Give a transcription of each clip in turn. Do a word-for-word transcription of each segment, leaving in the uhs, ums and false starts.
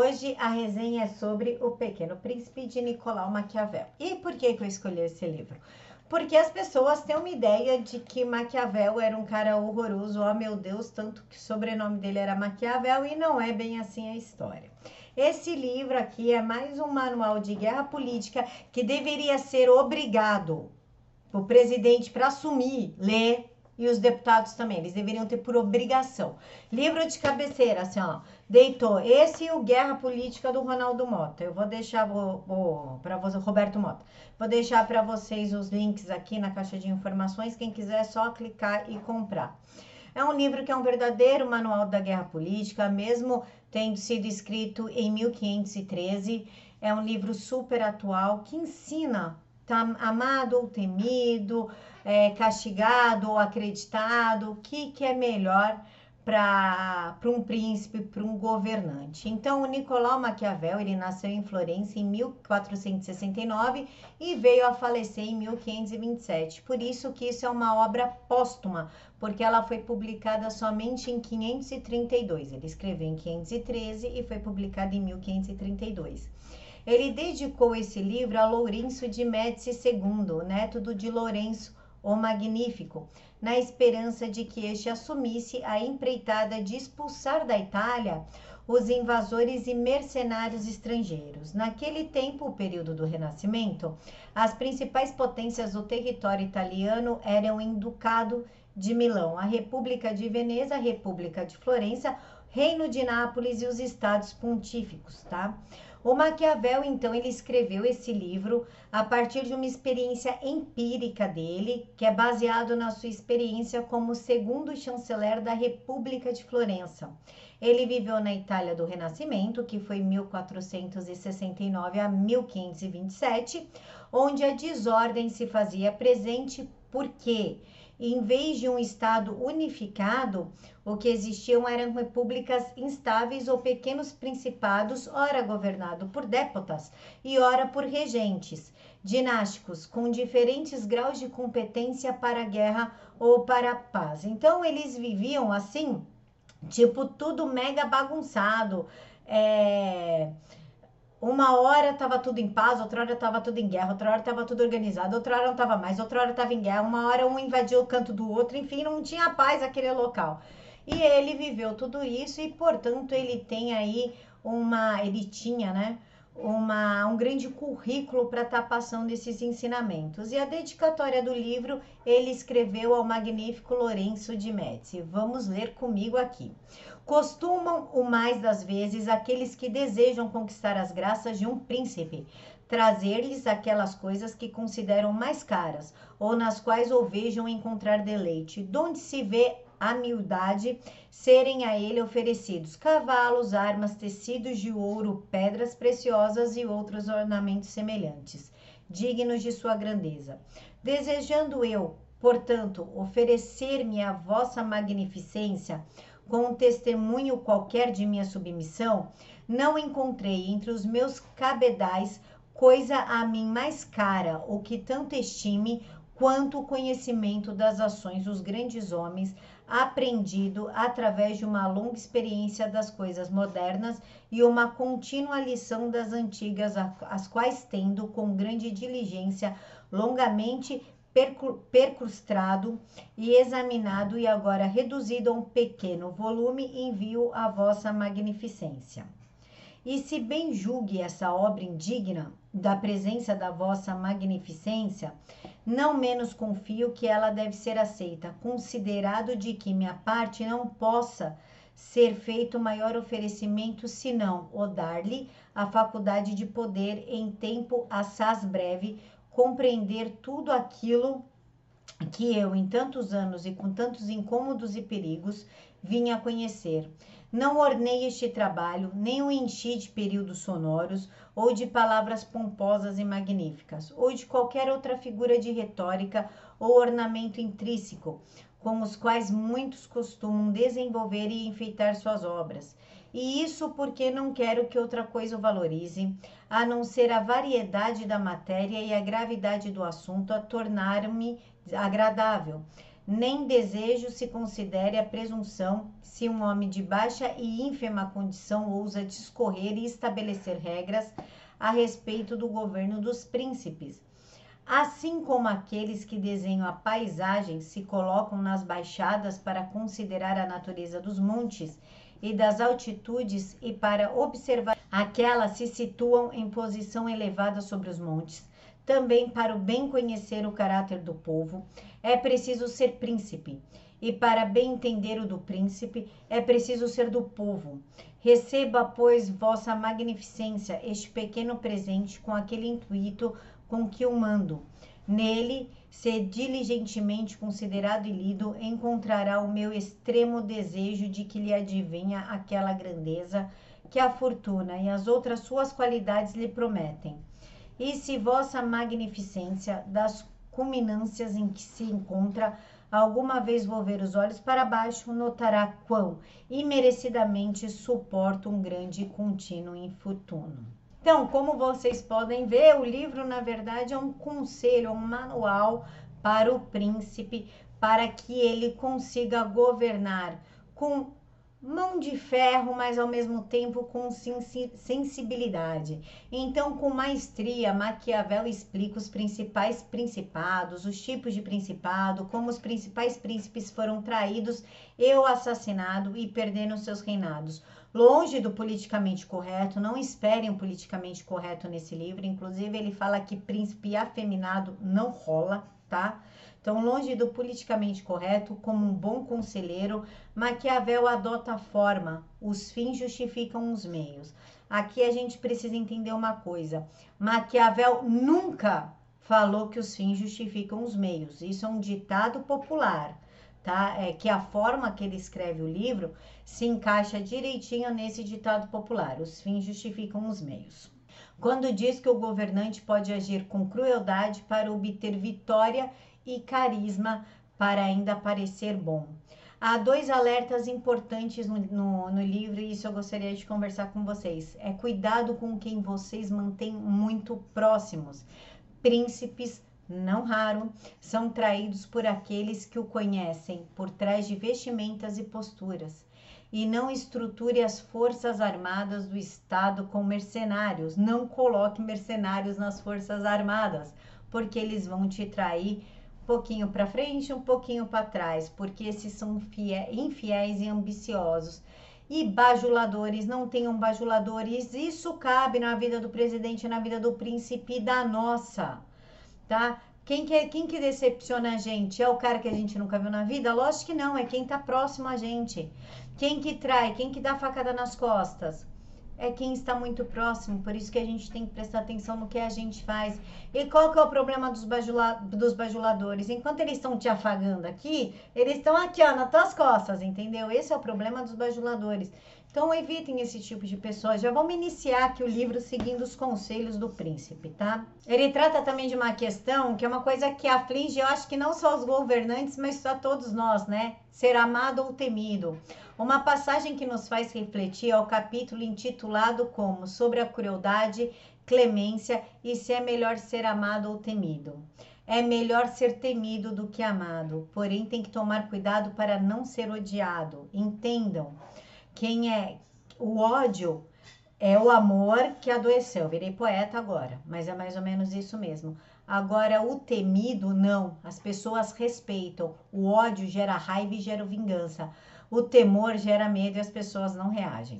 hoje a resenha é sobre O Pequeno Príncipe de Nicolau Maquiavel. E por que, que eu escolhi esse livro? Porque as pessoas têm uma ideia de que Maquiavel era um cara horroroso, oh meu Deus, tanto que o sobrenome dele era Maquiavel, e não é bem assim a história. Esse livro aqui é mais um manual de guerra política que deveria ser obrigado o presidente para assumir, ler, e os deputados também, eles deveriam ter por obrigação. Livro de cabeceira, assim, ó, deitou. Esse e o Guerra Política do Ronaldo Mota. Eu vou deixar para você, Roberto Mota. Vou deixar para vocês os links aqui na caixa de informações. Quem quiser é só clicar e comprar. É um livro que é um verdadeiro manual da guerra política, mesmo tendo sido escrito em mil quinhentos e treze. É um livro super atual que ensina, tá, amado ou temido, é, castigado ou acreditado, o que, que é melhor para um príncipe, para um governante. Então, o Nicolau Maquiavel, ele nasceu em Florença em mil quatrocentos e sessenta e nove e veio a falecer em mil quinhentos e vinte e sete. Por isso que isso é uma obra póstuma, porque ela foi publicada somente em quinhentos e trinta e dois. Ele escreveu em quinhentos e treze e foi publicada em mil quinhentos e trinta e dois. Ele dedicou esse livro a Lourenço de Médici segundo, neto de Lourenço o Magnífico, na esperança de que este assumisse a empreitada de expulsar da Itália os invasores e mercenários estrangeiros. Naquele tempo, o período do Renascimento, as principais potências do território italiano eram o Ducado de Milão, a República de Veneza, a República de Florença, Reino de Nápoles e os Estados Pontíficos, tá? O Maquiavel, então, ele escreveu esse livro a partir de uma experiência empírica dele, que é baseado na sua experiência como segundo chanceler da República de Florença. Ele viveu na Itália do Renascimento, que foi mil quatrocentos e sessenta e nove a mil quinhentos e vinte e sete, onde a desordem se fazia presente porque, em vez de um Estado unificado, o que existiam eram repúblicas instáveis ou pequenos principados, ora governado por dépotas e ora por regentes dinásticos, com diferentes graus de competência para a guerra ou para a paz. Então, eles viviam assim, tipo, tudo mega bagunçado, é... Uma hora estava tudo em paz, outra hora estava tudo em guerra, outra hora estava tudo organizado, outra hora não estava mais, outra hora estava em guerra, uma hora um invadiu o canto do outro, enfim, não tinha paz aquele local. E ele viveu tudo isso e, portanto, ele tem aí uma, ele tinha, né, uma, um grande currículo para estar tá passando esses ensinamentos. E a dedicatória do livro ele escreveu ao magnífico Lourenço de Médici. Vamos ler comigo aqui. Costumam, o mais das vezes, aqueles que desejam conquistar as graças de um príncipe, trazer-lhes aquelas coisas que consideram mais caras, ou nas quais o vejam encontrar deleite, donde se vê a humildade serem a ele oferecidos cavalos, armas, tecidos de ouro, pedras preciosas e outros ornamentos semelhantes, dignos de sua grandeza. Desejando eu, portanto, oferecer-me à vossa magnificência, com um testemunho qualquer de minha submissão, não encontrei entre os meus cabedais coisa a mim mais cara, ou que tanto estime, quanto o conhecimento das ações dos grandes homens, aprendido através de uma longa experiência das coisas modernas e uma contínua lição das antigas, as quais tendo com grande diligência longamente percrustrado e examinado e agora reduzido a um pequeno volume, envio a vossa magnificência. E se bem julgue essa obra indigna da presença da vossa magnificência, não menos confio que ela deve ser aceita, considerado de que minha parte não possa ser feito maior oferecimento, senão o dar-lhe a faculdade de poder, em tempo assaz breve, compreender tudo aquilo que eu, em tantos anos e com tantos incômodos e perigos, vim a conhecer. Não ornei este trabalho, nem o enchi de períodos sonoros, ou de palavras pomposas e magníficas, ou de qualquer outra figura de retórica ou ornamento intrínseco, com os quais muitos costumam desenvolver e enfeitar suas obras. E isso porque não quero que outra coisa o valorize, a não ser a variedade da matéria e a gravidade do assunto a tornar-me agradável. nem desejo se considere a presunção se um homem de baixa e ínfima condição ousa discorrer e estabelecer regras a respeito do governo dos príncipes. Assim como aqueles que desenham a paisagem se colocam nas baixadas para considerar a natureza dos montes e das altitudes e para observar aquelas se situam em posição elevada sobre os montes, também para o bem conhecer o caráter do povo, é preciso ser príncipe, e para bem entender o do príncipe, é preciso ser do povo. Receba, pois, vossa magnificência este pequeno presente com aquele intuito com que o mando. Nele, se diligentemente considerado e lido, encontrará o meu extremo desejo de que lhe adivinha aquela grandeza que a fortuna e as outras suas qualidades lhe prometem. E se vossa magnificência, das culminâncias em que se encontra, alguma vez volver os olhos para baixo, notará quão imerecidamente suporta um grande e contínuo infortúnio. Então, como vocês podem ver, o livro, na verdade, é um conselho, é um manual para o príncipe, para que ele consiga governar com mão de ferro, mas ao mesmo tempo com sensibilidade. Então, com maestria, Maquiavel explica os principais principados, os tipos de principado, como os principais príncipes foram traídos e assassinados e perdendo seus reinados. Longe do politicamente correto, não esperem o politicamente correto nesse livro. Inclusive, ele fala que príncipe afeminado não rola, tá? Então, longe do politicamente correto, como um bom conselheiro, Maquiavel adota a forma, os fins justificam os meios. Aqui a gente precisa entender uma coisa, Maquiavel nunca falou que os fins justificam os meios, isso é um ditado popular, tá? É que a forma que ele escreve o livro se encaixa direitinho nesse ditado popular, os fins justificam os meios. Quando diz que o governante pode agir com crueldade para obter vitória e carisma para ainda parecer bom. Há dois alertas importantes no, no, no livro e isso eu gostaria de conversar com vocês. É cuidado com quem vocês mantêm muito próximos. Príncipes, não raro, são traídos por aqueles que o conhecem por trás de vestimentas e posturas. E não estruture as forças armadas do Estado com mercenários. Não coloque mercenários nas forças armadas, porque eles vão te trair um pouquinho para frente, um pouquinho para trás, porque esses são infiéis e ambiciosos. E bajuladores, não tenham bajuladores, isso cabe na vida do presidente, na vida do príncipe e da nossa, tá? Quem que, quem que decepciona a gente? É o cara que a gente nunca viu na vida? Lógico que não, é quem tá próximo a gente. Quem que trai, quem que dá facada nas costas? É quem está muito próximo, por isso que a gente tem que prestar atenção no que a gente faz. E qual que é o problema dos, bajula, dos bajuladores? Enquanto eles estão te afagando aqui, eles estão aqui, ó, nas tuas costas, entendeu? Esse é o problema dos bajuladores. Então, evitem esse tipo de pessoas. Já vamos iniciar aqui o livro seguindo os conselhos do príncipe, tá? Ele trata também de uma questão que é uma coisa que aflige, eu acho que não só os governantes, mas a todos nós, né? Ser amado ou temido. Uma passagem que nos faz refletir é o capítulo intitulado como Sobre a crueldade, clemência e se é melhor ser amado ou temido. É melhor ser temido do que amado, porém tem que tomar cuidado para não ser odiado. Entendam, quem é o ódio é o amor que adoeceu. Virei poeta agora, mas é mais ou menos isso mesmo. Agora, o temido, não. As pessoas respeitam. O ódio gera raiva e gera vingança. O temor gera medo e as pessoas não reagem.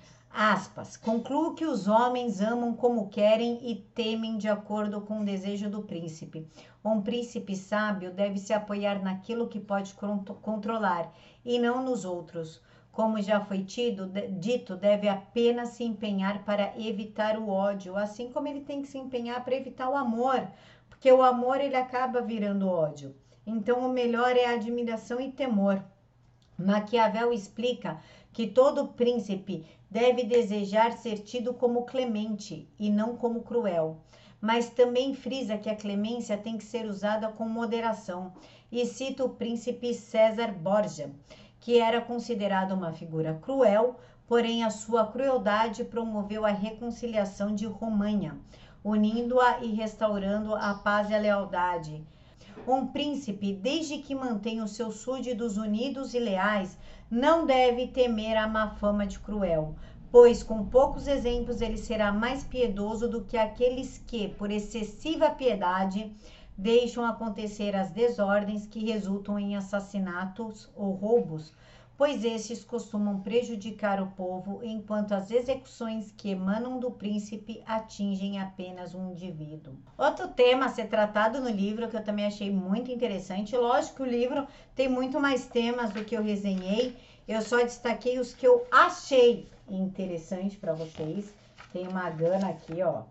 Aspas. Concluo que os homens amam como querem e temem de acordo com o desejo do príncipe. Um príncipe sábio deve se apoiar naquilo que pode controlar e não nos outros. Como já foi tido, dito, deve apenas se empenhar para evitar o ódio, assim como ele tem que se empenhar para evitar o amor, porque o amor ele acaba virando ódio. Então, o melhor é admiração e temor. Maquiavel explica que todo príncipe deve desejar ser tido como clemente e não como cruel, mas também frisa que a clemência tem que ser usada com moderação, e cita o príncipe César Borgia, que era considerado uma figura cruel, porém a sua crueldade promoveu a reconciliação de Romanha, unindo-a e restaurando a paz e a lealdade. Um príncipe, desde que mantenha os seus súditos unidos e leais, não deve temer a má fama de cruel, pois com poucos exemplos ele será mais piedoso do que aqueles que, por excessiva piedade, deixam acontecer as desordens que resultam em assassinatos ou roubos, pois estes costumam prejudicar o povo, enquanto as execuções que emanam do príncipe atingem apenas um indivíduo. Outro tema a ser tratado no livro, que eu também achei muito interessante, lógico que o livro tem muito mais temas do que eu resenhei, eu só destaquei os que eu achei interessante para vocês. Tem uma gana aqui, ó,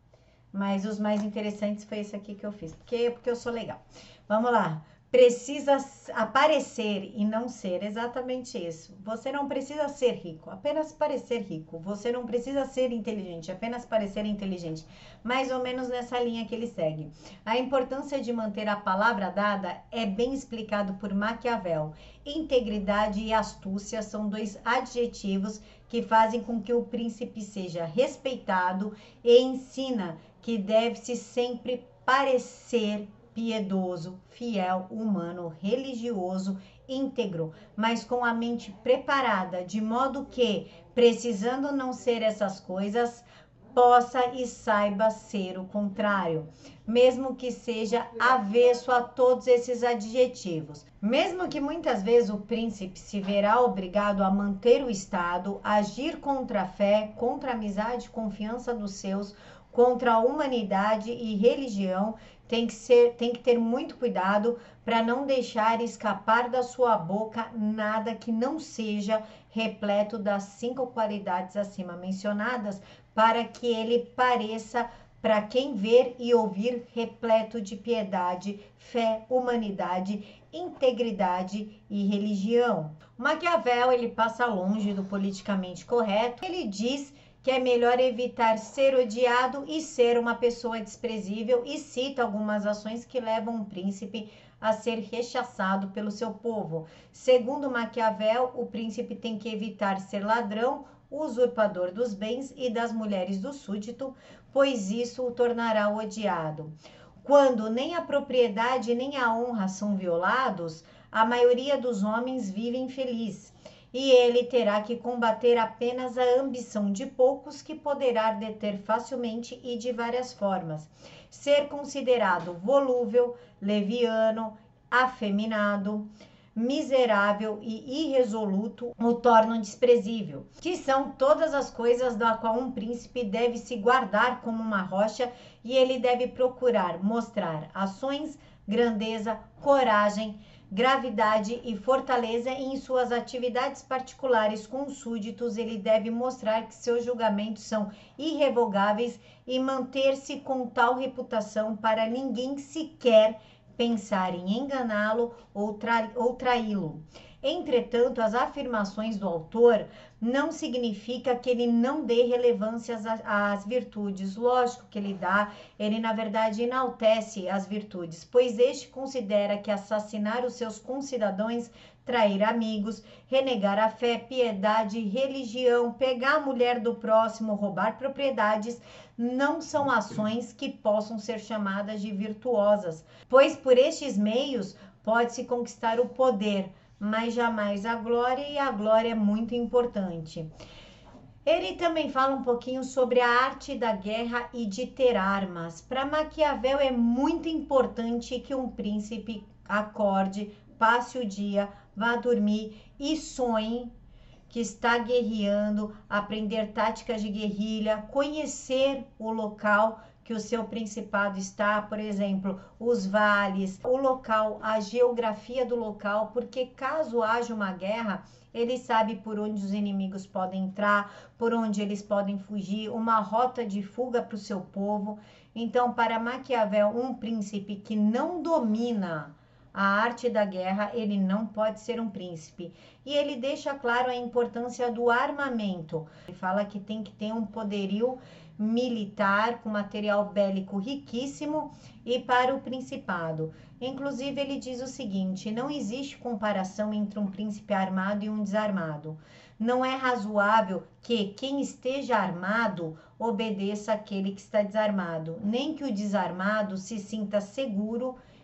mas os mais interessantes foi esse aqui que eu fiz, porque, porque eu sou legal. Vamos lá. Precisa aparecer e não ser, exatamente isso. Você não precisa ser rico, apenas parecer rico. Você não precisa ser inteligente, apenas parecer inteligente. Mais ou menos nessa linha que ele segue. A importância de manter a palavra dada é bem explicado por Maquiavel. Integridade e astúcia são dois adjetivos que fazem com que o príncipe seja respeitado e ensina que deve-se sempre parecer piedoso, fiel, humano, religioso, íntegro, mas com a mente preparada, de modo que, precisando não ser essas coisas, possa e saiba ser o contrário, mesmo que seja avesso a todos esses adjetivos. Mesmo que muitas vezes o príncipe se verá obrigado a manter o Estado, agir contra a fé, contra a amizade e confiança dos seus, contra a humanidade e religião, tem que ser, tem que ter muito cuidado para não deixar escapar da sua boca nada que não seja repleto das cinco qualidades acima mencionadas, para que ele pareça, para quem ver e ouvir, repleto de piedade, fé, humanidade, integridade e religião. Maquiavel, ele passa longe do politicamente correto. Ele diz que é melhor evitar ser odiado e ser uma pessoa desprezível, e cita algumas ações que levam um príncipe a ser rechaçado pelo seu povo. Segundo Maquiavel, o príncipe tem que evitar ser ladrão, usurpador dos bens e das mulheres do súdito, pois isso o tornará odiado. Quando nem a propriedade nem a honra são violados, a maioria dos homens vivem feliz. E ele terá que combater apenas a ambição de poucos, que poderá deter facilmente e de várias formas. Ser considerado volúvel, leviano, afeminado, miserável e irresoluto o tornam desprezível, que são todas as coisas da qual um príncipe deve se guardar como uma rocha, e ele deve procurar mostrar ações, grandeza, coragem, gravidade e fortaleza. Em suas atividades particulares com os súditos, ele deve mostrar que seus julgamentos são irrevogáveis e manter-se com tal reputação para ninguém sequer pensar em enganá-lo ou, tra ou traí-lo. Entretanto, as afirmações do autor não significa que ele não dê relevância às, às virtudes. Lógico que ele dá, ele na verdade enaltece as virtudes, pois este considera que assassinar os seus concidadãos, trair amigos, renegar a fé, piedade, religião, pegar a mulher do próximo, roubar propriedades, não são ações que possam ser chamadas de virtuosas, pois por estes meios pode-se conquistar o poder, mas jamais a glória, e a glória é muito importante. Ele também fala um pouquinho sobre a arte da guerra e de ter armas. Para Maquiavel é muito importante que um príncipe acorde, passe o dia, vá dormir e sonhe que está guerreando, aprender táticas de guerrilha, conhecer o local que o seu principado está, por exemplo, os vales, o local, a geografia do local, porque caso haja uma guerra, ele sabe por onde os inimigos podem entrar, por onde eles podem fugir, uma rota de fuga para o seu povo. Então, para Maquiavel, um príncipe que não domina a arte da guerra, ele não pode ser um príncipe. E ele deixa claro a importância do armamento. Ele fala que tem que ter um poderio militar com material bélico riquíssimo e para o principado. Inclusive, ele diz o seguinte: não existe comparação entre um príncipe armado e um desarmado. Não é razoável que quem esteja armado obedeça àquele que está desarmado, nem que o desarmado se sinta seguro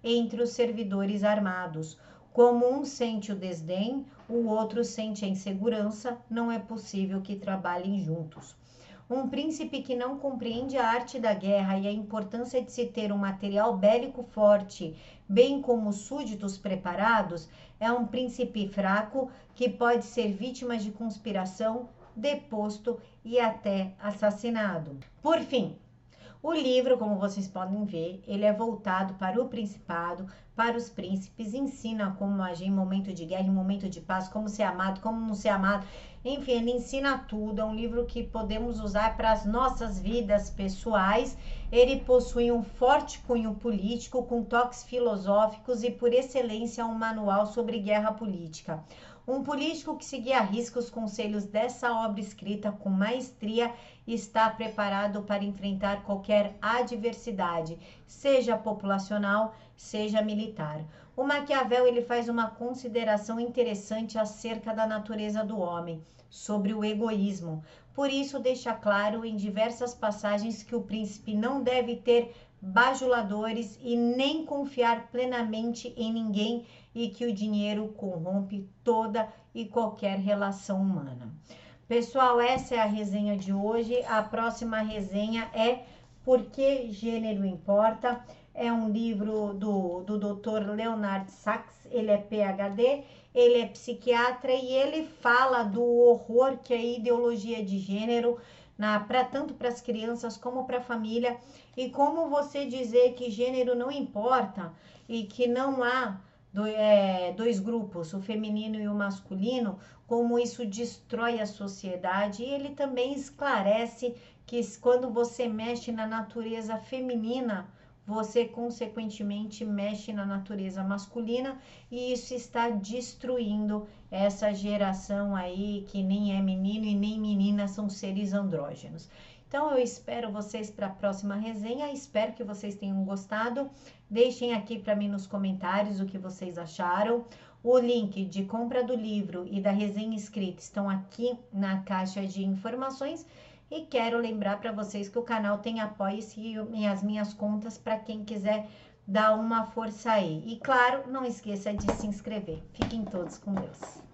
entre os servidores armados. Como um sente o desdém, o outro sente a insegurança, não é possível que trabalhem juntos. Um príncipe que não compreende a arte da guerra e a importância de se ter um material bélico forte, bem como súditos preparados, é um príncipe fraco que pode ser vítima de conspiração, deposto e até assassinado. Por fim, o livro, como vocês podem ver, ele é voltado para o principado, para os príncipes, ensina como agir em momento de guerra, em momento de paz, como ser amado, como não ser amado. Enfim, ele ensina tudo, é um livro que podemos usar para as nossas vidas pessoais. Ele possui um forte cunho político, com toques filosóficos e, por excelência, um manual sobre guerra política. Um político que seguir à risca os conselhos dessa obra escrita com maestria está preparado para enfrentar qualquer adversidade, seja populacional, seja militar. O Maquiavel ele faz uma consideração interessante acerca da natureza do homem, sobre o egoísmo. Por isso deixa claro em diversas passagens que o príncipe não deve ter bajuladores e nem confiar plenamente em ninguém, e que o dinheiro corrompe toda e qualquer relação humana. Pessoal, essa é a resenha de hoje. A próxima resenha é Por que Gênero Importa? É um livro do, do doutor Leonard Sachs, ele é P H D, ele é psiquiatra e ele fala do horror que é a ideologia de gênero, na, pra, tanto para as crianças como para a família, e como você dizer que gênero não importa e que não há do, é, dois grupos, o feminino e o masculino, como isso destrói a sociedade. E ele também esclarece que quando você mexe na natureza feminina, você consequentemente mexe na natureza masculina, e isso está destruindo essa geração aí que nem é menino e nem menina, são seres andrógenos. Então eu espero vocês para a próxima resenha, espero que vocês tenham gostado. Deixem aqui para mim nos comentários o que vocês acharam. O link de compra do livro e da resenha escrita estão aqui na caixa de informações. E quero lembrar para vocês que o canal tem apoio-se e as minhas contas para quem quiser dar uma força aí. E claro, não esqueça de se inscrever. Fiquem todos com Deus.